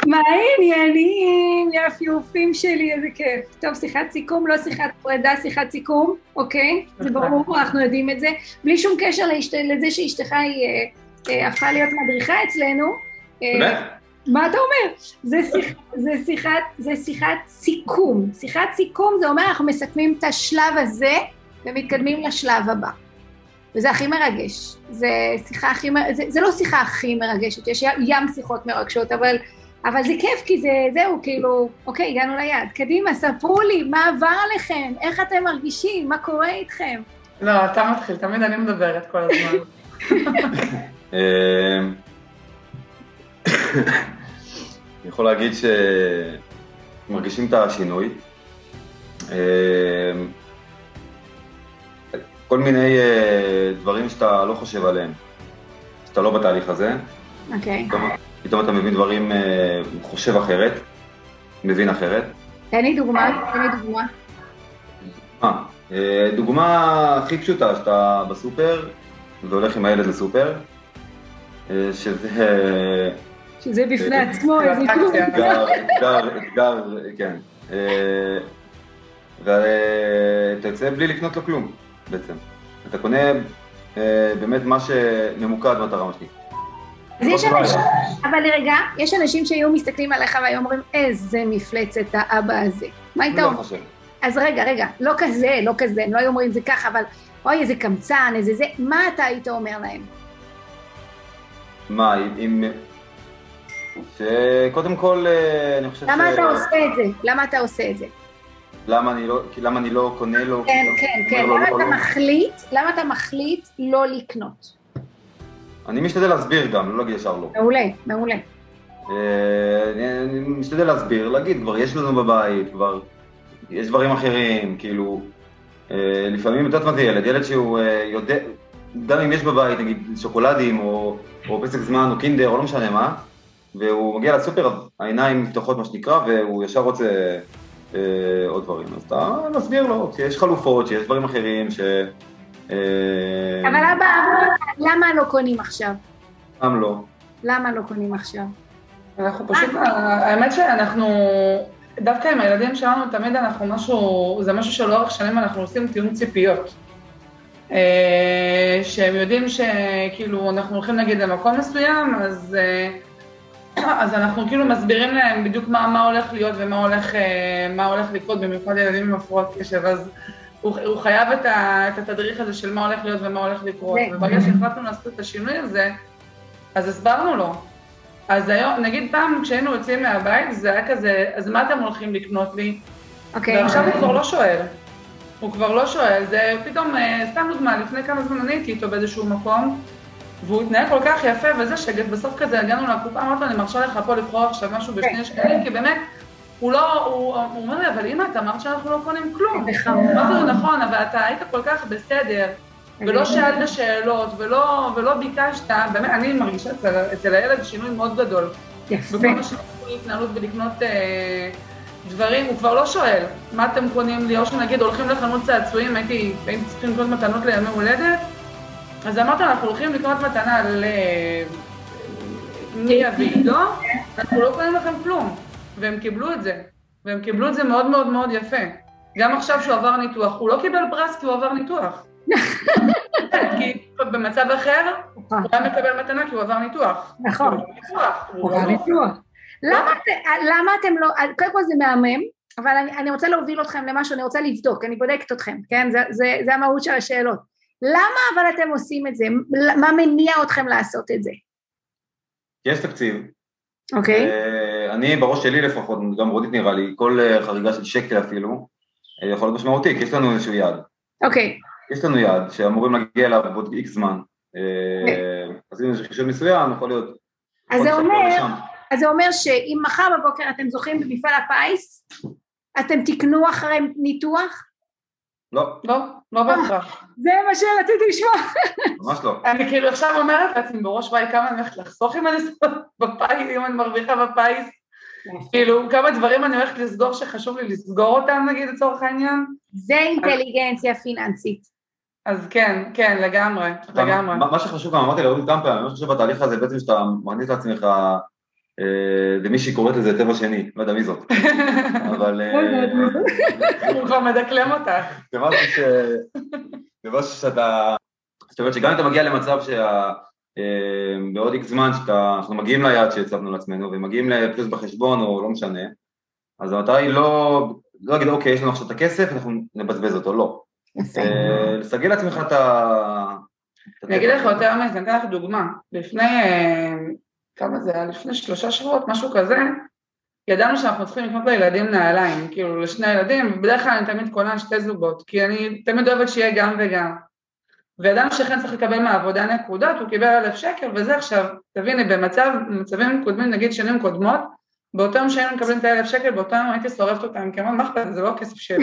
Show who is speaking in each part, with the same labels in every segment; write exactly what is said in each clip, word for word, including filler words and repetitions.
Speaker 1: מה העניינים, יפיופים שלי, איזה כיף. טוב, שיחת סיכום, לא שיחת פרידה, שיחת סיכום, אוקיי? זה ברור, אנחנו יודעים את זה. בלי שום קשר לזה שאשתך היא הפכה להיות מדריכה אצלנו.
Speaker 2: באמת?
Speaker 1: מה אתה אומר? זה שיחת סיכום. שיחת סיכום זה אומר, אנחנו מסכמים את השלב הזה, ומתקדמים לשלב הבא. וזה הכי מרגש. זה שיחה הכי מרגשת, זה, זה לא שיחה הכי מרגשת, יש ים שיחות מרגשות, אבל, אבל זה כיף, כי זה, זהו, כאילו, אוקיי, הגענו ליד. קדימה, ספרו לי, מה עבר עליכם? איך אתם מרגישים? מה קורה איתכם?
Speaker 3: לא, אתה מתחיל, תמיד אני מדברת כל הזמן.
Speaker 2: אני יכול להגיד שמרגישים את השינוי. כל מיני דברים שאתה לא חושב עליהם, שאתה לא בתהליך הזה.
Speaker 1: אוקיי.
Speaker 2: פתאום אתה מבין דברים, חושב אחרת, מבין אחרת.
Speaker 1: תן לי דוגמה, תן לי דוגמה.
Speaker 2: מה? דוגמה הכי פשוטה, שאתה בסופר, והולך עם הילד לסופר, שזה...
Speaker 1: שזה בפני עצמו, איזה כלום.
Speaker 2: אתגר, אתגר, אתגר, כן. ואתה יוצא בלי לקנות לו כלום, בעצם. אתה קונה באמת מה שממוקד מטרה משני.
Speaker 1: אז יש אנשים, אבל לרגע, יש אנשים שהיו מסתכלים עליך והיו אומרים, איזה מפלצת האבא הזה. מה היית אומר? אז רגע, רגע, לא כזה, לא כזה, הם לא היו אומרים זה ככה, אבל אוי, איזה קמצן, איזה זה, מה אתה היית אומר להם?
Speaker 2: מה, אם... שקודם כל, אני חושב ש...
Speaker 1: למה אתה עושה את זה? למה אתה עושה את זה?
Speaker 2: למה אני לא, למה אני לא קונה לו...
Speaker 1: כן, כן, כן, למה אתה מחליט, למה אתה מחליט לא לקנות?
Speaker 2: אני משתדל להסביר גם, לא להגיד ישר לא.
Speaker 1: מעולה, מעולה.
Speaker 2: אני משתדל להסביר, להגיד, כבר יש לנו בבית, כבר יש דברים אחרים, כאילו, לפעמים יודעת מה זה ילד, ילד שהוא יודע, גם אם יש בבית, נגיד שוקולדים, או פסק זמן, או קינדר, או לא משנה מה, והוא מגיע לסופר, העיניים נפתחות מה שנקרא, והוא ישר רוצה עוד דברים. אז אתה מסביר לו, שיש חלופות, שיש דברים אחרים, ש...
Speaker 1: אבל אבא, למה לא קונים עכשיו?
Speaker 2: גם לא.
Speaker 1: למה לא קונים עכשיו?
Speaker 3: אנחנו פשוט, האמת שאנחנו, דווקא עם הילדים שלנו, תמיד אנחנו משהו, זה משהו שלאורך שנים אנחנו עושים תיאום ציפיות. שהם יודעים שכאילו אנחנו הולכים נגיד למקום מסוים, אז, אז אנחנו כאילו מסבירים להם בדיוק מה, מה הולך להיות ומה הולך, מה הולך לקרות, במיוחד ילדים עם הפרעות קשב, אז הוא, הוא חייב את, ה, את התדריך הזה של מה הולך להיות ומה הולך לקרות, וברגע שהחלטנו לעשות את השינוי הזה, אז הסברנו לו. אז היום, נגיד פעם כשהיינו יוצאים מהבית, זה היה כזה, אז מה אתם הולכים לקנות לי?
Speaker 1: אוקיי.
Speaker 3: ועכשיו הוא כבר לא שואל. הוא כבר לא שואל, זה פתאום, סתם דוגמה, לפני כמה זמן אני הייתי איתו באיזשהו מקום, והוא התנהל כל כך יפה וזה, שבסוף כזה הגענו לקופה, אמרת לו, אני מרשה לך פה לבחור עכשיו משהו בשני שקלים, כי באמת, הוא לא, הוא אומר לי, אבל אמא, אתה אמרת שאנחנו לא קונים כלום. אמרתי לו, נכון, אבל אתה היית כל כך בסדר, ולא שאלת שאלות, ולא ביקשת, באמת, אני מרגישה אצל הילד שינוי מאוד גדול.
Speaker 1: יפה.
Speaker 3: בכל מה שאנחנו להתנהלות ולקנות דברים, הוא כבר לא שואל, מה אתם קונים לי, או שנגיד, הולכים לחנות צעצועים, הייתי צריכים לקנות מתנות לימי הולדת, אז אמרת, אנחנו הולכים לקנות מתנה למיה ועידו, אנחנו לא קונים לכם כלום, והם קיבלו את זה, והם קיבלו את זה מאוד מאוד מאוד יפה. גם עכשיו שהוא עבר ניתוח, הוא לא קיבל פרס כי הוא עבר ניתוח. כי במצב אחר, הוא היה מקבל מתנה כי הוא עבר ניתוח.
Speaker 1: נכון, הוא עבר ניתוח. למה אתם לא, קודם כל זה מהמם, אבל אני רוצה להוביל אתכם למשהו, אני רוצה לבדוק, אני בודקת אתכם, כן? זה המהות של השאלות. למה אבל אתם עושים את זה? מה מניע אתכם לעשות את זה?
Speaker 2: יש תקציב.
Speaker 1: אוקיי.
Speaker 2: אני בראש שלי לפחות, גם רודית נראה לי, כל חריגה של שקל אפילו, יכול להיות משמעותי, כי יש לנו איזשהו יעד.
Speaker 1: אוקיי.
Speaker 2: יש לנו יעד שאמורים להגיע אליו בעוד איקס זמן. אז אם יש חישוב מסוים, יכול להיות...
Speaker 1: אז זה אומר, אז זה אומר שאם מחר בבוקר אתם זוכים במפעל הפיס, אתם תקנו אחרי ניתוח?
Speaker 2: לא.
Speaker 3: לא, לא בהכרח.
Speaker 1: זה מה שרציתי לשמוע.
Speaker 2: ממש לא.
Speaker 3: אני כאילו עכשיו אומרת לעצמי בראש וואי, כמה אני הולכת לחסוך אם אני בפיס, אם אני מרוויחה בפיס, כאילו כמה דברים אני הולכת לסגור שחשוב לי לסגור אותם נגיד לצורך העניין.
Speaker 1: זה אינטליגנציה פיננסית.
Speaker 3: אז כן, כן, לגמרי, לגמרי.
Speaker 2: מה שחשוב גם, אמרתי להוריד כמה פעמים, מה שחשוב בתהליך הזה בעצם שאתה מכניס לעצמך ומישהי קוראת לזה טבע שני, לא יודע מי זאת, אבל...
Speaker 3: הוא כבר מדקלם אותך.
Speaker 2: זה משהו ש... זה משהו שאתה... זאת אומרת שגם אם אתה מגיע למצב שבעוד איקס זמן שאנחנו מגיעים ליעד שהצבנו לעצמנו, ומגיעים לפלוס בחשבון או לא משנה, אז המטרה היא לא... לא להגיד, אוקיי, יש לנו עכשיו את הכסף, אנחנו נבזבז אותו, לא. לסגל לעצמך את ה...
Speaker 3: אני אגיד לך יותר מזה, אני אתן לך דוגמה. לפני... כמה זה היה? לפני שלושה שבועות, משהו כזה, ידענו שאנחנו צריכים לקנות לילדים נעליים, כאילו לשני ילדים, ובדרך כלל אני תמיד קונה שתי זוגות, כי אני תמיד אוהבת שיהיה גם וגם. וידענו שכן צריך לקבל מהעבודה נקודות, הוא קיבל אלף שקל, וזה עכשיו, תביני, במצב, במצבים קודמים, נגיד שנים קודמות, באותו יום שהיינו מקבלים את האלף שקל, באותו יום הייתי שורפת אותם, כי אמרתי, מה אכפת, זה לא כסף שלי.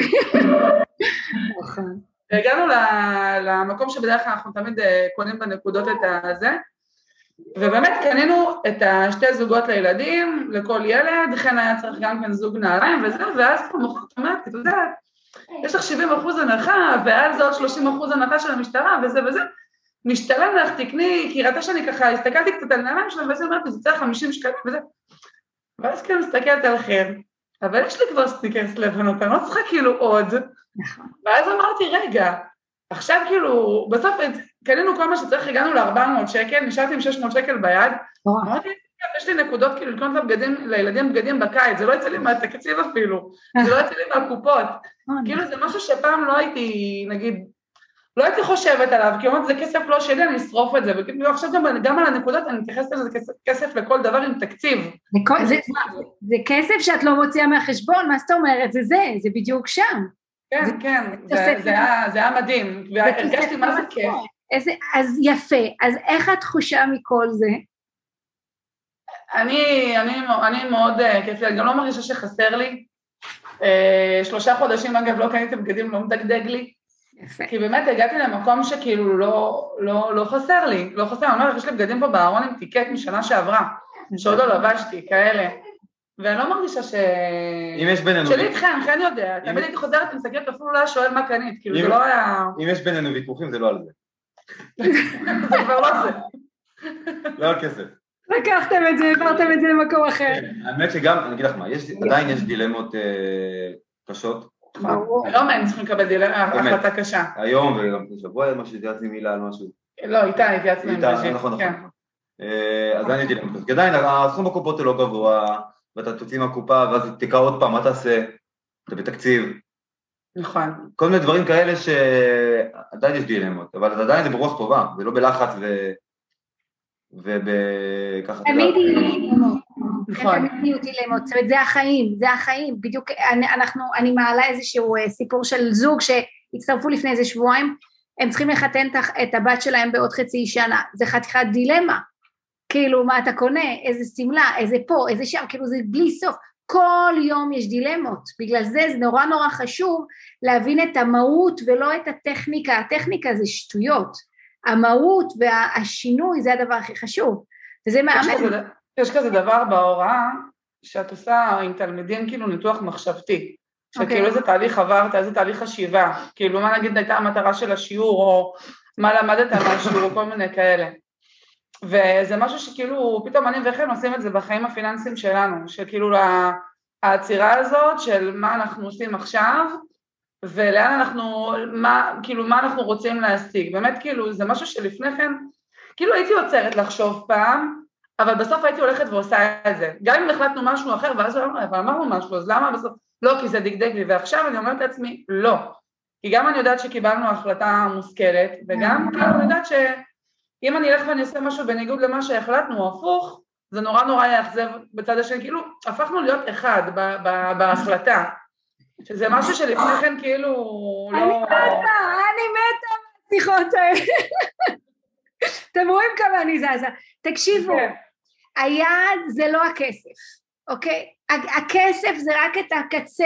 Speaker 3: והגענו למקום שבדרך כלל אנחנו תמיד קונים בנקודות את הזה, ובאמת קנינו את השתי זוגות לילדים, לכל ילד, לכן היה צריך גם כן זוג נעליים וזהו, ואז פה מוכרת אומרת, אתה יודע, יש לך שבעים אחוז הנחה, ואז זה עוד שלושים אחוז הנחה של המשטרה, וזה וזה, משתלם לך, תקני, כי ראתה שאני ככה, הסתכלתי קצת על נעליים שלהם, ואז אמרתי, זה צריך חמישים שקלים וזה, ואז כאילו מסתכלת עליכם, אבל יש לי כבר סטיקרס לבנות, אני לא צריכה כאילו עוד, ואז אמרתי, רגע, עכשיו כאילו, בסוף קנינו כל מה שצריך, הגענו ל-ארבע מאות שקל, נשארתי עם שש מאות שקל ביד, אמרתי, יש לי נקודות כאילו לקנות לבגדים, לילדים בגדים בקיץ, זה לא יצא לי מהתקציב אפילו, זה לא יצא לי מהקופות, כאילו זה משהו שפעם לא הייתי, נגיד, לא הייתי חושבת עליו, כי אומרת, זה כסף לא שלי, אני אשרוף את זה, ועכשיו גם על הנקודות, אני מתייחסת לזה כסף לכל דבר עם תקציב.
Speaker 1: זה כסף שאת לא מוציאה מהחשבון, מה זאת אומרת? זה זה, זה בדיוק שם.
Speaker 3: כן, כן, זה היה מדהים, והרגשתי מה זה כיף.
Speaker 1: אז יפה, אז איך התחושה מכל זה?
Speaker 3: אני מאוד כיף, אני גם לא מרגישה שחסר לי, שלושה חודשים אגב לא קניתי בגדים, לא מדגדג לי, כי באמת הגעתי למקום שכאילו לא חסר לי, לא חסר, אני אומרת, יש לי בגדים פה בארון עם טיקט משנה שעברה, שעוד לא לבשתי, כאלה. ואני לא מרגישה ש...
Speaker 2: אם יש בינינו...
Speaker 3: שלי איתכם, כן יודע, תמיד הייתי חוזרת עם סגרת, אפילו לא שואל מה קנית, כאילו זה לא היה...
Speaker 2: אם יש בינינו ויכוחים, זה לא על זה.
Speaker 3: זה כבר לא זה.
Speaker 2: לא על כסף.
Speaker 1: לקחתם את זה, העברתם את זה למקום אחר.
Speaker 2: האמת שגם, אני אגיד לך מה, עדיין יש דילמות קשות.
Speaker 3: היום הם צריכים לקבל החלטה קשה.
Speaker 2: היום וגם שבוע, מה שהתייעצתי מילה על משהו.
Speaker 3: לא, איתה התייעצנו עם
Speaker 2: זה. נכון, נכון. אז עדיין יש דילמות. כי עדיין הסכום בקופות הוא לא גבוה, ואתה תוציא מהקופה, ואז תקרא עוד פעם, מה תעשה? אתה בתקציב.
Speaker 3: נכון.
Speaker 2: כל מיני דברים כאלה שעדיין יש דילמות, אבל עדיין זה ברוח טובה, זה לא בלחץ ו... ובככה...
Speaker 1: תמיד יהיו דילמות. נכון. תמיד יהיו דילמות, זאת אומרת, זה החיים, זה החיים. בדיוק, אנחנו, אני מעלה איזשהו סיפור של זוג שהצטרפו לפני איזה שבועיים, הם צריכים לחתן את הבת שלהם בעוד חצי שנה. זה חתיכת דילמה. כאילו, מה אתה קונה, איזה סמלה, איזה פה, איזה שם, כאילו זה בלי סוף. כל יום יש דילמות, בגלל זה זה נורא נורא חשוב להבין את המהות ולא את הטכניקה, הטכניקה זה שטויות, המהות והשינוי זה הדבר הכי חשוב, וזה מאמן.
Speaker 3: יש כזה דבר בהוראה, שאת עושה עם תלמידים כאילו ניתוח מחשבתי, שכאילו איזה תהליך עברת, איזה תהליך חשיבה, כאילו מה נגיד הייתה המטרה של השיעור, או מה למדת מהשיעור, או כל מיני כאלה. וזה משהו שכאילו, פתאום אני וכם עושים את זה בחיים הפיננסיים שלנו, שכאילו העצירה הזאת של מה אנחנו עושים עכשיו, ולאן אנחנו, מה, כאילו מה אנחנו רוצים להשיג, באמת כאילו זה משהו שלפני כן, כאילו הייתי עוצרת לחשוב פעם, אבל בסוף הייתי הולכת ועושה את זה, גם אם החלטנו משהו אחר, ואז אמרנו משהו, אז למה בסוף, לא, כי זה דגדג לי, ועכשיו אני אומרת לעצמי, לא, כי גם אני יודעת שקיבלנו החלטה מושכלת, וגם כאילו אני יודעת ש... אם אני אלך ואני אעשה משהו בניגוד למה שהחלטנו, או הפוך, זה נורא נורא יאכזב בצד השני, כאילו הפכנו להיות אחד בהחלטה, שזה משהו שלפני כן כאילו לא...
Speaker 1: אני מתה, אני מתה בשיחות האלה. אתם רואים כמה אני זזה. תקשיבו, היעד זה לא הכסף, אוקיי? הכסף זה רק את הקצה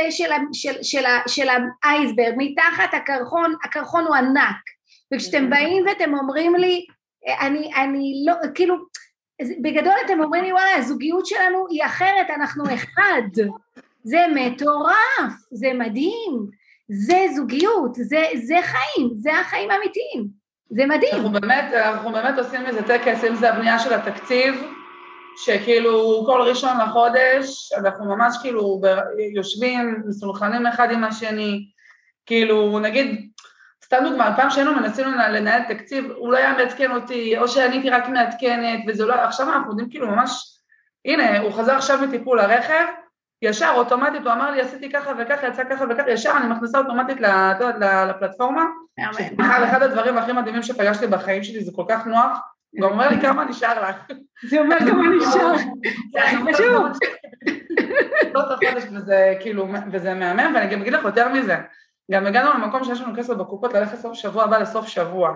Speaker 1: של האייסברג, מתחת הקרחון, הקרחון הוא ענק, וכשאתם באים ואתם אומרים לי, אני, אני לא, כאילו, בגדול אתם אומרים לי, וואלה, הזוגיות שלנו היא אחרת, אנחנו אחד. זה מטורף, זה מדהים, זה זוגיות, זה, זה חיים, זה החיים האמיתיים, זה מדהים.
Speaker 3: אנחנו באמת, אנחנו באמת עושים איזה טקס, אם זה הבנייה של התקציב, שכאילו כל ראשון לחודש, אנחנו ממש כאילו יושבים, מסולחנים אחד עם השני, כאילו נגיד, סתם דוגמה, פעם שהיינו מנסים לנהל תקציב, הוא לא היה מעדכן אותי, או שאני הייתי רק מעדכנת, וזה לא, עכשיו אנחנו יודעים כאילו ממש, הנה, הוא חזר עכשיו מטיפול הרכב, ישר, אוטומטית, הוא אמר לי, עשיתי ככה וככה, יצא ככה וככה, ישר אני מכניסה אוטומטית לפלטפורמה, שבכלל אחד הדברים הכי מדהימים שפגשתי בחיים שלי, זה כל כך נוח, הוא אומר לי כמה נשאר לך.
Speaker 1: זה אומר כמה נשאר. זה חשוב.
Speaker 3: וזה מהמם, ואני גם אגיד לך יותר מזה, גם הגענו למקום שיש לנו כסף בקופות ללכת סוף שבוע הבא לסוף שבוע,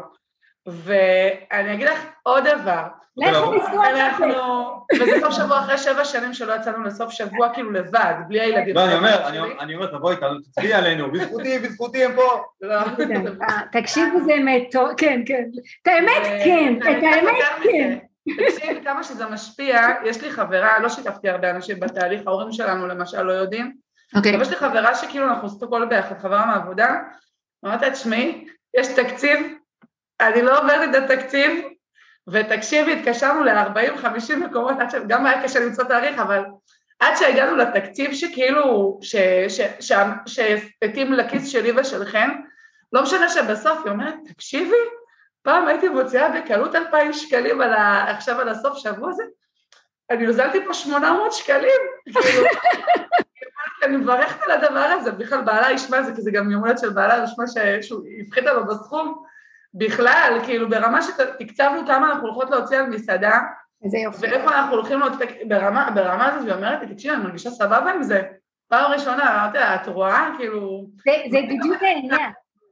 Speaker 3: ואני אגיד לך עוד דבר,
Speaker 1: לכו לסוף
Speaker 3: שבוע, וזה סוף שבוע אחרי שבע שנים שלא יצאנו לסוף שבוע כאילו לבד, בלי הילדים.
Speaker 2: לא, אני אומר, אני אומר, תבואי, תצביעי עלינו, בזכותי, בזכותי הם פה.
Speaker 1: תקשיבו זה אמת, כן, כן, את האמת כן, את האמת כן.
Speaker 3: תקשיב כמה שזה משפיע, יש לי חברה, לא שיתפתי הרבה אנשים בתהליך, ההורים שלנו למשל לא יודעים, אבל יש לי חברה שכאילו אנחנו עושות הכל ביחד, חברה מעבודה, אמרתי את שמי, יש תקציב, אני לא עוברת את התקציב, ותקשיבי, התקשרנו ל-ארבעים חמישים מקומות, גם היה קשה למצוא תאריך, אבל עד שהגענו לתקציב שכאילו, שהספתים לכיס שלי ושלכם, לא משנה שבסוף היא אומרת, תקשיבי, פעם הייתי מוציאה בקלות אלפיים שקלים עכשיו על הסוף שבוע הזה, אני הוזלתי פה שמונה מאות שקלים, כאילו, אני מברכת על הדבר הזה, בכלל בעלה ישמע זה, כי זה גם יומולת של בעלה, ישמע שהוא הפחיתה לו בסכום, בכלל, כאילו ברמה שתקצבנו כמה אנחנו הולכות להוציא על מסעדה, ואיפה אנחנו הולכים להוציא, ברמה, ברמה הזאת, והיא אומרת, תקשיב, אני מרגישה סבבה עם זה, פעם ראשונה, אמרתי לה, את רואה, כאילו...
Speaker 1: זה בדיוק העניין,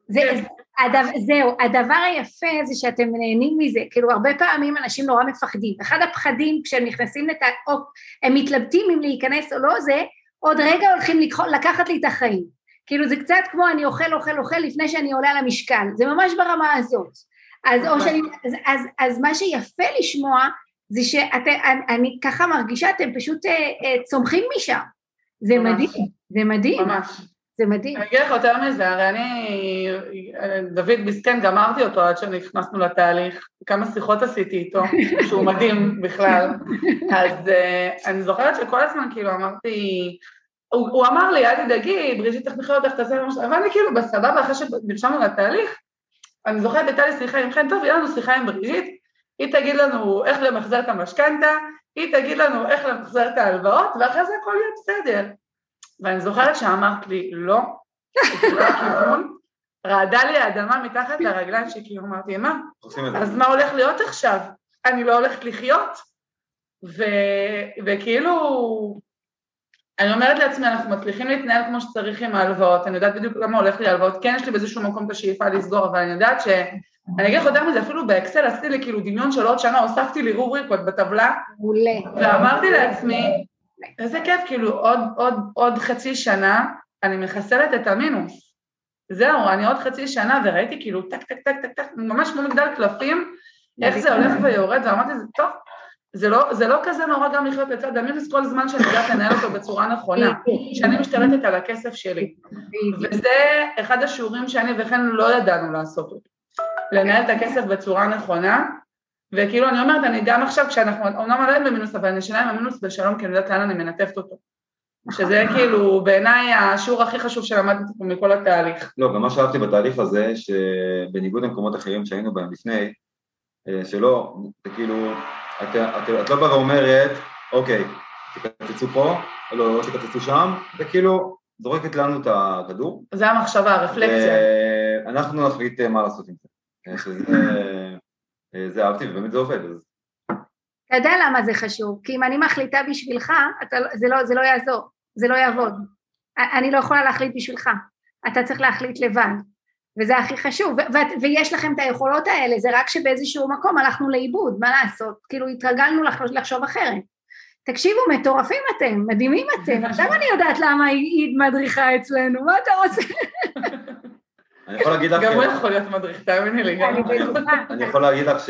Speaker 1: זהו, הדבר היפה זה שאתם נהנים מזה, כאילו הרבה פעמים אנשים נורא מפחדים, אחד הפחדים כשהם נכנסים לתא, או הם מתלבטים אם להיכנס או לא, זה עוד רגע הולכים לקחת לי את החיים, כאילו זה קצת כמו אני אוכל, אוכל, אוכל לפני שאני עולה על המשקל, זה ממש ברמה הזאת, אז, או שאני, אז, אז, אז מה שיפה לשמוע, זה שאני ככה מרגישה, אתם פשוט uh, צומחים משם, זה ממש. מדהים, זה מדהים,
Speaker 3: ממש.
Speaker 1: זה מדהים.
Speaker 3: אני אגיד לך יותר מזה, הרי אני, דוד ביסקן, גמרתי אותו עד שנכנסנו לתהליך, כמה שיחות עשיתי איתו, שהוא מדהים בכלל, אז uh, אני זוכרת שכל הזמן כאילו אמרתי, הוא, הוא אמר לי, אל תדאגי, בריז'ית תכניכי אותך, תעשה למשל, אבל אני כאילו בסבבה, אחרי שנרשמנו לתהליך, אני זוכרת, הייתה לי שיחה עם חן, טוב, יהיה לנו שיחה עם בריז'ית, היא תגיד לנו איך למחזר את המשכנתה, היא תגיד לנו איך למחזר את ההלוואות, ואחרי זה הכל יהיה בסדר. ואני זוכרת שאמרת לי, לא, זה לא הכיוון, רעדה לי האדמה מתחת לרגליים שכאילו אמרתי, מה? אז מה הולך להיות עכשיו? אני לא הולכת לחיות? וכאילו... אני אומרת לעצמי, אנחנו מצליחים להתנהל כמו שצריך עם ההלוואות, אני יודעת בדיוק למה הולך לי ההלוואות, כן יש לי באיזשהו מקום את השאיפה לסגור, אבל אני יודעת ש... אני אגיד לך יותר מזה, אפילו באקסל עשיתי לי כאילו דמיון של עוד שנה, הוספתי לי רובריקות בטבלה, ואמרתי לעצמי, איזה כיף, כאילו עוד, עוד, עוד חצי שנה, אני מחסלת את המינוס. זהו, אני עוד חצי שנה, וראיתי כאילו טק, טק, טק, טק, טק, ממש כמו מגדל קלפים, איך זה הולך ויורד, ואמרתי, זה טוב. זה לא, זה לא כזה נורא גם לחיות לצד המינוס כל זמן שאני יודעת לנהל אותו בצורה נכונה, שאני משתלטת על הכסף שלי. וזה אחד השיעורים שאני וכן לא ידענו לעשות אותו. לנהל את הכסף בצורה נכונה, וכאילו אני אומרת, אני גם עכשיו כשאנחנו, אומנם עליהם במינוס, אבל אני שנה עם המינוס בשלום, כי אני יודעת לאן אני מנטפת אותו. שזה כאילו בעיניי השיעור הכי חשוב שלמדתי פה מכל התהליך.
Speaker 2: לא, גם מה שאהבתי בתהליך הזה, שבניגוד למקומות אחרים שהיינו בהם לפני, שלא, זה כאילו, את, את, את לא באה ואומרת, אוקיי, תקצצו פה, לא, לא תקצצו שם, וכאילו זורקת לנו את הכדור.
Speaker 3: זה המחשבה, הרפלקציה.
Speaker 2: אנחנו נחליט מה לעשות עם זה. שזה, זה אהבתי, ובאמת זה עובד. אז...
Speaker 1: אתה יודע למה זה חשוב? כי אם אני מחליטה בשבילך, אתה, זה, לא, זה לא יעזור, זה לא יעבוד. אני לא יכולה להחליט בשבילך, אתה צריך להחליט לבד. וזה הכי חשוב, ו- ויש לכם את היכולות האלה, זה רק שבאיזשהו מקום הלכנו לאיבוד, מה לעשות? כאילו התרגלנו לחשוב, לחשוב אחרת. תקשיבו, מטורפים אתם, מדהימים אתם, עכשיו אני יודעת למה היא מדריכה אצלנו, מה אתה רוצה?
Speaker 2: אני יכול להגיד לך...
Speaker 3: גם הוא יכול להיות מדריך, תאמיני לי.
Speaker 2: אני יכול להגיד לך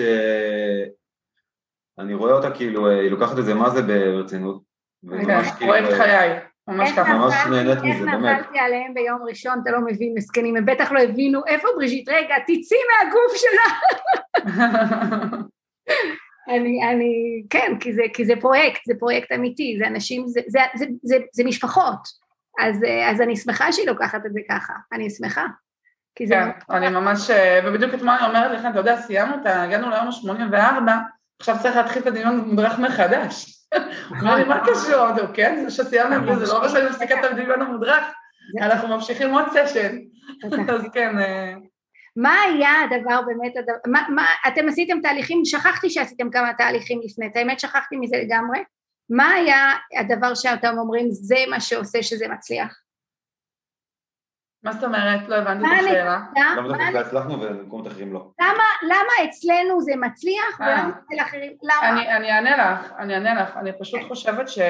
Speaker 2: שאני רואה אותה כאילו, היא לוקחת את זה מה זה ברצינות.
Speaker 3: אוהבת חיי. ממש ככה,
Speaker 2: ממש נהנית מזה, באמת.
Speaker 1: איך נפלתי עליהם ביום ראשון, אתה לא מבין, מסכנים, הם בטח לא הבינו, איפה בריז'ית, רגע, תצאי מהגוף שלה. אני, אני, כן, כי זה, כי זה פרויקט, זה פרויקט אמיתי, זה אנשים, זה, זה, זה, זה, זה משפחות, אז, אז אני שמחה שהיא לוקחת את זה ככה, אני שמחה.
Speaker 3: כן, אני ממש, ובדיוק אתמול אני אומרת לכם, אתה יודע, סיימנו אותה, הגענו ליום ה-שמונים וארבע, עכשיו צריך להתחיל את הדיון ברך מחדש. הוא אומר לי, מה קשור? עוד, כן, זה שסיימנו את זה, זה לא משהו להפסיקה את הדיון המודרך, אנחנו ממשיכים עוד סשן, אז כן.
Speaker 1: מה היה הדבר באמת, אתם עשיתם תהליכים, שכחתי שעשיתם כמה תהליכים לפני, את האמת שכחתי מזה לגמרי, מה היה הדבר שאתם אומרים, זה מה שעושה שזה מצליח?
Speaker 3: מה זאת אומרת? לא הבנתי את השאלה.
Speaker 2: למה דווקא הצלחנו ובמקומות אחרים לא?
Speaker 1: למה אצלנו זה מצליח ולמה אצל אחרים? למה?
Speaker 3: אני אענה לך, אני אענה לך, אני פשוט חושבת ש...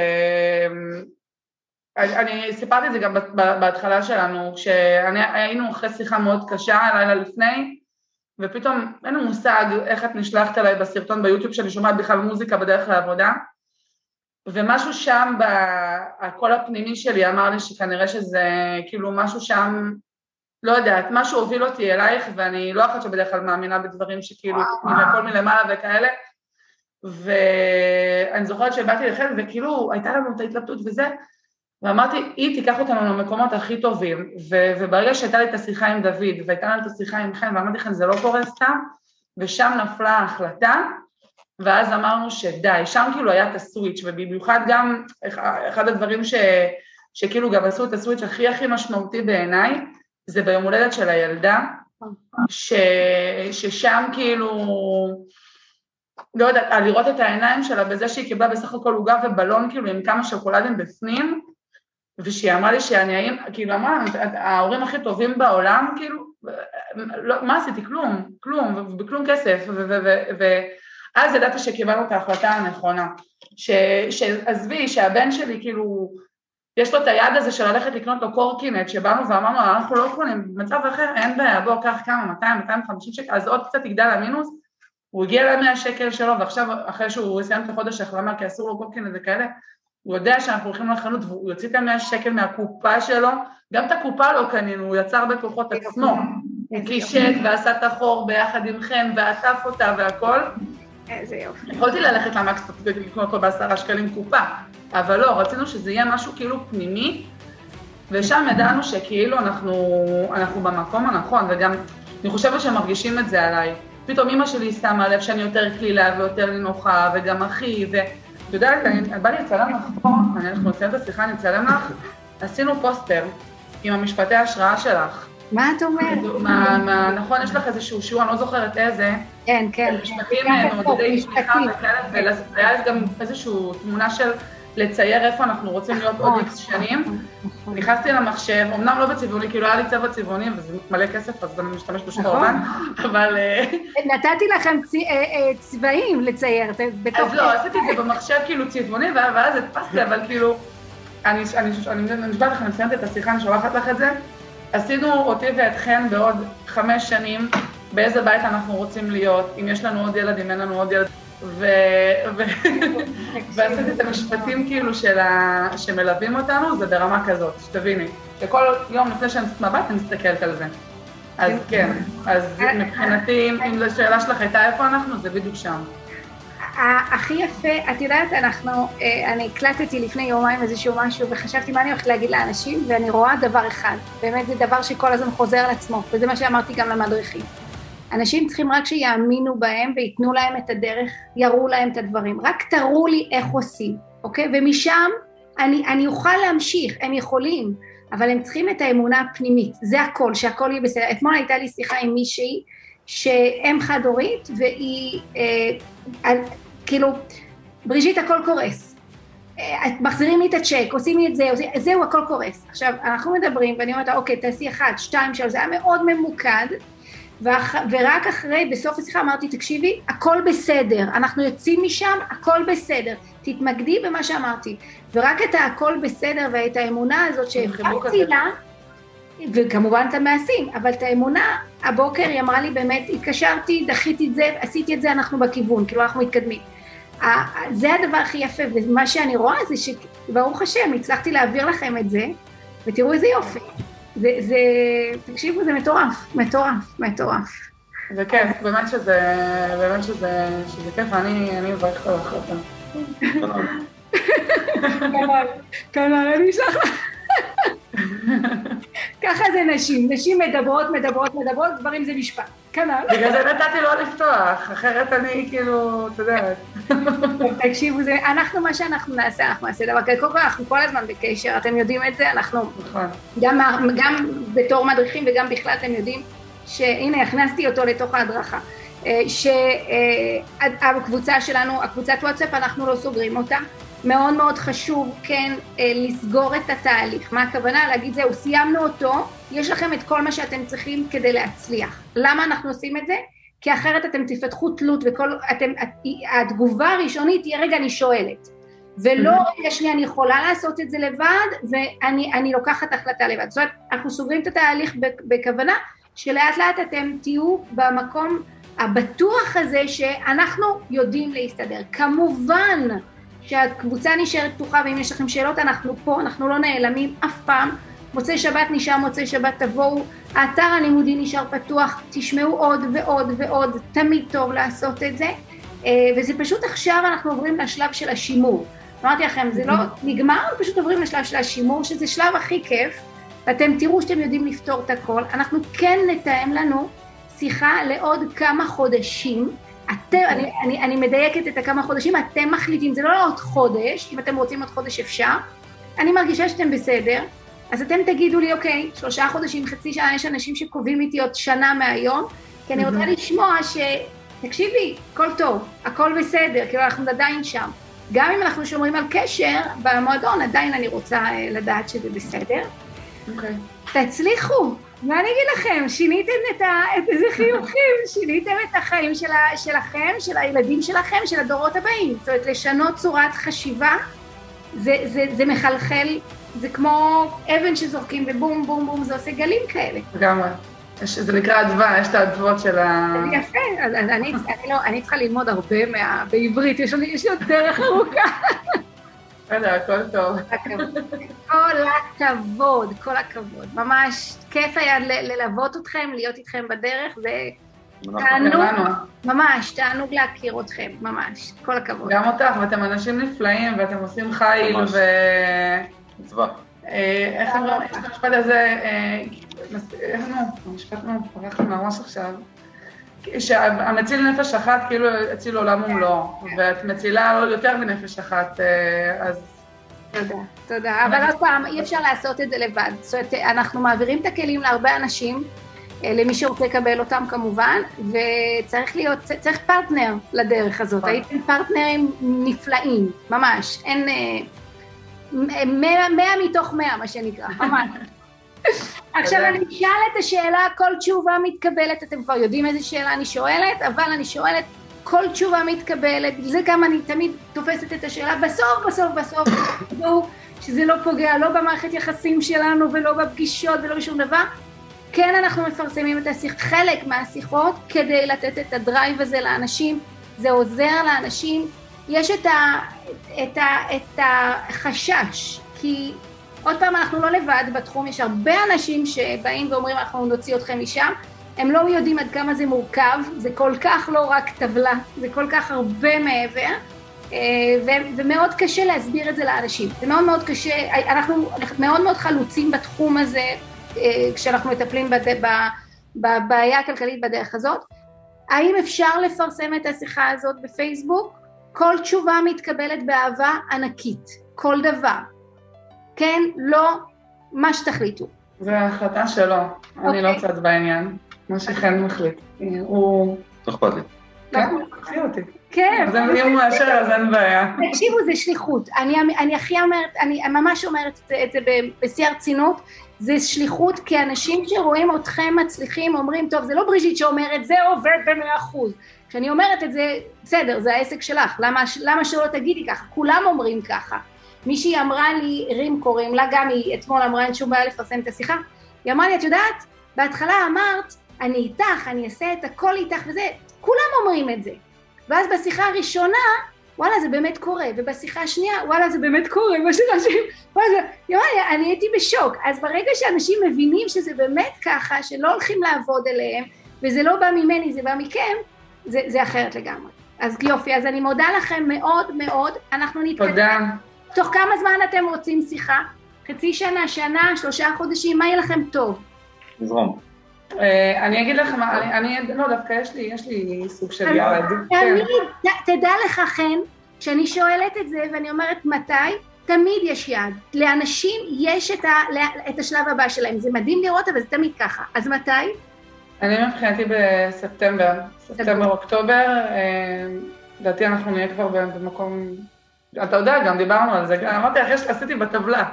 Speaker 3: אני סיפרתי את זה גם בהתחלה שלנו, כשהיינו אחרי שיחה מאוד קשה, הלילה לפני, ופתאום אין לנו מושג איך את נשלחת אליי בסרטון ביוטיוב, שאני שומעת בכלל מוזיקה בדרך לעבודה, ומשהו שם, הקול הפנימי שלי אמר לי שכנראה שזה כאילו משהו שם, לא יודעת, משהו הוביל אותי אלייך, ואני לא אחת שבדרך כלל מאמינה בדברים שכאילו, הכל מלמעלה וכאלה, ואני זוכרת שבאתי לכם, וכאילו הייתה לנו את ההתלבטות וזה, ואמרתי, היא תיקח אותנו למקומות הכי טובים, ו- וברגע שהייתה לי את השיחה עם דוד, והייתה לנו את השיחה עם חן, ואמרתי לכם, זה לא קורה סתם, ושם נפלה ההחלטה, ואז אמרנו שדי, שם כאילו היה את הסוויץ', ובמיוחד גם, אחד הדברים ש- שכאילו גם עשו את הסוויץ' הכי הכי משמעותי בעיניי, זה ביום הולדת של הילדה, ש- ששם כאילו, לא יודעת, לראות את העיניים שלה, בזה שהיא קיבלה בסך הכל עוגה ובלון, כאילו עם כמה שוקולדים בפנים, ושהיא אמרה לי שאני, כאילו אמרה, ההורים הכי טובים בעולם, כאילו, לא, מה עשיתי? כלום, כלום, ובכלום כסף, ואז ידעתי שקיבלנו את ההחלטה הנכונה, שעזבי, שהבן שלי, כאילו, יש לו את היד הזה של ללכת לקנות לו קורקינט, שבאנו ואמרנו, אנחנו לא קונים, במצב אחר אין בעיה, בוא, קח כמה, מאתיים, מאתיים וחמישים שקל, אז עוד קצת יגדל המינוס, הוא הגיע ל-מאה שקל שלו, ועכשיו, אחרי שהוא סיים את החודש החלמה, כי אסור לו קורקינט וכאלה, הוא יודע שאנחנו הולכים לחנות, והוא יוציא את ה-מאה שקל מהקופה שלו, גם את הקופה לא קנינו, הוא יצר בכוחות עצמו, הוא קישט ועשה את החור ביחד עם חן, ועטף אותה והכל.
Speaker 1: איזה יופי.
Speaker 3: יכולתי ללכת למקס לקנות לו בעשרה שקלים קופה, אבל לא, רצינו שזה יהיה משהו כאילו פנימי, ושם ידענו שכאילו אנחנו, אנחנו במקום הנכון, וגם אני חושבת שמרגישים את זה עליי. פתאום אמא שלי שמה לב שאני יותר כלילה ויותר נינוחה, וגם אחי, ו... אתה יודעת, אני בא לי לצלם לך פה, אנחנו נצלם את השיחה, אני אצלם לך, עשינו פוסטר עם המשפטי ההשראה שלך.
Speaker 1: מה את אומרת?
Speaker 3: נכון, יש לך איזשהו שיעור, אני לא זוכרת איזה.
Speaker 1: כן, כן.
Speaker 3: משפטים מעודדי שמיכה וכאלה, והיה גם איזושהי תמונה של לצייר איפה אנחנו רוצים להיות עוד איקס שנים. נכנסתי למחשב, אמנם לא בצבעוני, כאילו היה לי צבע צבעוני, וזה מלא כסף, אז אני משתמש בשחורבן, אבל...
Speaker 1: נתתי לכם צבעים לצייר,
Speaker 3: אז לא, עשיתי את זה במחשב כאילו צבעוני, ואז הדפסתי, אבל כאילו... אני נשבעת לכם, אני סיימתי את השיחה, אני שולחת לך את זה. עשינו אותי ואתכן בעוד חמש שנים, באיזה בית אנחנו רוצים להיות, אם יש לנו עוד ילד, אם אין לנו עוד ילד. ועשיתי את המשפטים כאילו שמלווים אותנו, זה ברמה כזאת, שתביני, שכל יום לפני שאני מבט אני מסתכלת על זה. אז כן, אז מבחינתי, אם השאלה שלך הייתה איפה אנחנו, זה בדיוק שם.
Speaker 1: הכי יפה, את יודעת, אנחנו, אני הקלטתי לפני יומיים איזשהו משהו, וחשבתי מה אני הולכת להגיד לאנשים, ואני רואה דבר אחד, באמת זה דבר שכל הזמן חוזר על עצמו, וזה מה שאמרתי גם למדריכים. אנשים צריכים רק שיאמינו בהם ויתנו להם את הדרך, יראו להם את הדברים, רק תראו לי איך עושים, אוקיי? ומשם אני, אני אוכל להמשיך, הם יכולים, אבל הם צריכים את האמונה הפנימית, זה הכל, שהכל יהיה בסדר. אתמול הייתה לי שיחה עם מישהי, שאם חד הורית, והיא, אה, כאילו, בריז'ית הכל קורס, אה, מחזירים לי את הצ'ק, עושים לי את זה, עושים, זהו, הכל קורס. עכשיו, אנחנו מדברים, ואני אומרת, אוקיי, תעשי אחד, שתיים, שלוש, זה היה מאוד ממוקד, ואח, ורק אחרי, בסוף השיחה אמרתי, תקשיבי, הכל בסדר, אנחנו יוצאים משם, הכל בסדר, תתמקדי במה שאמרתי, ורק את הכל בסדר ואת האמונה הזאת שהפרתי לה, וכמובן את המעשים, אבל את האמונה, הבוקר היא אמרה לי באמת, התקשרתי, דחיתי את זה, עשיתי את זה, אנחנו בכיוון, כאילו אנחנו מתקדמים. זה הדבר הכי יפה, ומה שאני רואה זה שברוך השם, הצלחתי להעביר לכם את זה, ותראו איזה יופי. זה, זה, תקשיבו, זה מטורף, מטורף, מטורף.
Speaker 3: זה כיף, באמת שזה, באמת שזה, שזה כיף, ואני, אני מברכת על ההחלטה.
Speaker 1: כנ"ל, כנ"ל, אני אשלח לך. ככה זה נשים, נשים מדברות, מדברות, מדברות, דברים זה משפט, כנ"ל.
Speaker 3: בגלל זה נתתי לא לפתוח, אחרת אני כאילו, אתה יודע.
Speaker 1: תקשיבו, אנחנו, מה שאנחנו נעשה, אנחנו נעשה דבר כזה, קודם כל אנחנו כל הזמן בקשר, אתם יודעים את זה, אנחנו גם בתור מדריכים וגם בכלל אתם יודעים, שהנה הכנסתי אותו לתוך ההדרכה, שהקבוצה שלנו, הקבוצת וואטסאפ, אנחנו לא סוגרים אותה, מאוד מאוד חשוב כן לסגור את התהליך. מה הכוונה? להגיד זהו, סיימנו אותו, יש לכם את כל מה שאתם צריכים כדי להצליח. למה אנחנו עושים את זה? כי אחרת אתם תפתחו תלות וכל, אתם, התגובה הראשונית תהיה רגע אני שואלת, ולא רגע שנייה אני יכולה לעשות את זה לבד, ואני אני לוקחת החלטה לבד. זאת אומרת, אנחנו סוגרים את התהליך בכוונה, שלאט לאט אתם תהיו במקום הבטוח הזה שאנחנו יודעים להסתדר. כמובן, שהקבוצה נשארת פתוחה, ואם יש לכם שאלות, אנחנו פה, אנחנו לא נעלמים אף פעם. מוצאי שבת נשאר, מוצאי שבת תבואו, האתר הלימודי נשאר פתוח, תשמעו עוד ועוד ועוד, תמיד טוב לעשות את זה, וזה פשוט עכשיו אנחנו עוברים לשלב של השימור. אמרתי לכם, זה לא נגמר, פשוט עוברים לשלב של השימור, שזה שלב הכי כיף, ואתם תראו שאתם יודעים לפתור את הכל. אנחנו כן נתאם לנו שיחה לעוד כמה חודשים, אתם, אני, אני, אני מדייקת את הכמה חודשים, אתם מחליטים, זה לא עוד חודש, אם אתם רוצים עוד חודש אפשר, אני מרגישה שאתם בסדר, אז אתם תגידו לי, אוקיי, שלושה חודשים, חצי שנה, יש אנשים שקובעים איתי עוד שנה מהיום, כי אני רוצה לשמוע ש... תקשיבי, הכל טוב, הכל בסדר, כאילו אנחנו עדיין שם. גם אם אנחנו שומרים על קשר במועדון, עדיין אני רוצה לדעת שזה בסדר.
Speaker 3: אוקיי.
Speaker 1: תצליחו. מה אני אגיד לכם? שיניתם את, ה... את איזה חיוכים, שיניתם את החיים של ה... שלכם, של הילדים שלכם, של הדורות הבאים. זאת אומרת, לשנות צורת חשיבה, זה, זה, זה מחלחל, זה כמו אבן שזורקים ובום, בום, בום, זה עושה גלים כאלה.
Speaker 3: לגמרי. זה נקרא אדווה, יש את האדוות של ה...
Speaker 1: זה יפה, אני, אני, לא, אני צריכה ללמוד הרבה מה... בעברית, יש לי, יש לי עוד דרך ארוכה.
Speaker 3: בסדר, הכל טוב.
Speaker 1: כל הכבוד, כל הכבוד. ממש כיף היה ללוות אתכם, להיות איתכם בדרך, ותענוג, ממש, תענוג להכיר אתכם, ממש, כל הכבוד.
Speaker 3: גם אותך, ואתם אנשים נפלאים, ואתם עושים חיל, ו...
Speaker 2: מצווה.
Speaker 3: איך אמרו, יש את המשפט הזה, איך אמרו, המשפט פרח לי ממש עכשיו, שהמציל נפש אחת כאילו הציל עולם ומלואו, ואת מצילה יותר מנפש אחת, אז...
Speaker 1: תודה, תודה. אבל עוד פעם, אי אפשר לעשות את זה לבד. זאת אומרת, אנחנו מעבירים את הכלים להרבה אנשים, למי שרוצה לקבל אותם כמובן, וצריך להיות, צריך פרטנר לדרך הזאת. הייתם פרטנרים נפלאים, ממש. אין... מאה מתוך מאה, מה שנקרא, ממש. עכשיו אני אשאל את השאלה, כל תשובה מתקבלת, אתם כבר יודעים איזה שאלה אני שואלת, אבל אני שואלת, כל תשובה מתקבלת, זה גם אני תמיד תופסת את השאלה, בסוף, בסוף, בסוף, שזה לא פוגע, לא במערכת יחסים שלנו, ולא בפגישות, ולא בשום דבר, כן אנחנו מפרסמים את השיח, חלק מהשיחות, כדי לתת את הדרייב הזה לאנשים, זה עוזר לאנשים, יש את, ה, את, ה, את החשש, כי עוד פעם אנחנו לא לבד בתחום, יש הרבה אנשים שבאים ואומרים אנחנו נוציא אתכם משם, הם לא יודעים עד כמה זה מורכב, זה כל כך לא רק טבלה, זה כל כך הרבה מעבר, ו- ומאוד קשה להסביר את זה לאנשים, זה מאוד מאוד קשה, אנחנו מאוד מאוד חלוצים בתחום הזה, כשאנחנו מטפלים בבעיה הכלכלית בדרך הזאת. האם אפשר לפרסם את השיחה הזאת בפייסבוק? כל תשובה מתקבלת באהבה ענקית, כל דבר. כן, לא, מה שתחליטו.
Speaker 3: זו החלטה שלו, אני לא צד בעניין, מה שחן מחליט. הוא...
Speaker 2: אכפת לי.
Speaker 3: כן, תקחי אותי.
Speaker 1: כן.
Speaker 3: אז אם הוא מאשר, אז אין בעיה.
Speaker 1: תקשיבו, זה שליחות. אני הכי אומרת, אני ממש אומרת את זה בשיא הרצינות, זה שליחות, כי אנשים שרואים אתכם מצליחים, אומרים, טוב, זה לא בריז'יט שאומרת, זה עובד במאה אחוז. כשאני אומרת את זה, בסדר, זה העסק שלך, למה, למה שלא תגידי ככה? כולם אומרים ככה. מישהי אמרה לי, רים קוראים לה, גם היא אתמול אמרה אין שום בעיה לפרסם את השיחה, היא אמרה לי, את יודעת, בהתחלה אמרת, אני איתך, אני אעשה את הכל איתך וזה, כולם אומרים את זה. ואז בשיחה הראשונה, וואלה, זה באמת קורה, ובשיחה השנייה, וואלה, זה באמת קורה, בשיחה השנייה, וואלה, זה, יואי, אני הייתי בשוק. אז ברגע שאנשים מבינים שזה באמת ככה, שלא הולכים לעבוד אליהם, וזה לא בא ממני, זה בא מכם, זה, זה אחרת לגמרי. אז יופי, אז אני מודה לכם מאוד מאוד, אנחנו נתקדם.
Speaker 3: תודה.
Speaker 1: תוך כמה זמן אתם רוצים שיחה? חצי שנה, שנה, שלושה חודשים, מה יהיה לכם טוב?
Speaker 2: נזרום.
Speaker 3: אני אגיד לכם, אני, לא, דווקא יש לי, יש לי סוג של יעד.
Speaker 1: תמיד, תדע לך חן, כשאני שואלת את זה ואני אומרת מתי, תמיד יש יעד. לאנשים יש את, ה, את השלב הבא שלהם, זה מדהים לראות, אבל זה תמיד ככה. אז מתי?
Speaker 3: אני מבחינתי בספטמבר, ספטמבר, אוקטובר, לדעתי אנחנו נהיה כבר במקום, אתה יודע, גם דיברנו על זה, אמרתי אחרי שעשיתי בטבלה.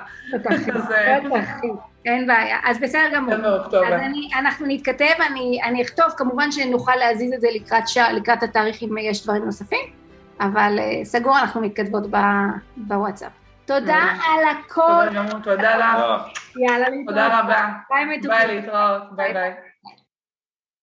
Speaker 1: אין בעיה, אז בסדר גמור.
Speaker 3: ספטמבר, אוקטובר.
Speaker 1: אז אנחנו נתכתב, אני אכתוב, כמובן שנוכל להזיז את זה לקראת התאריך אם יש דברים נוספים, אבל סגור, אנחנו מתכתבות בוואטסאפ. תודה על הכל.
Speaker 3: תודה גמור, תודה לך.
Speaker 1: יאללה,
Speaker 3: תודה רבה.
Speaker 1: ביי מתוקים.
Speaker 3: ביי להתראות, ביי ביי.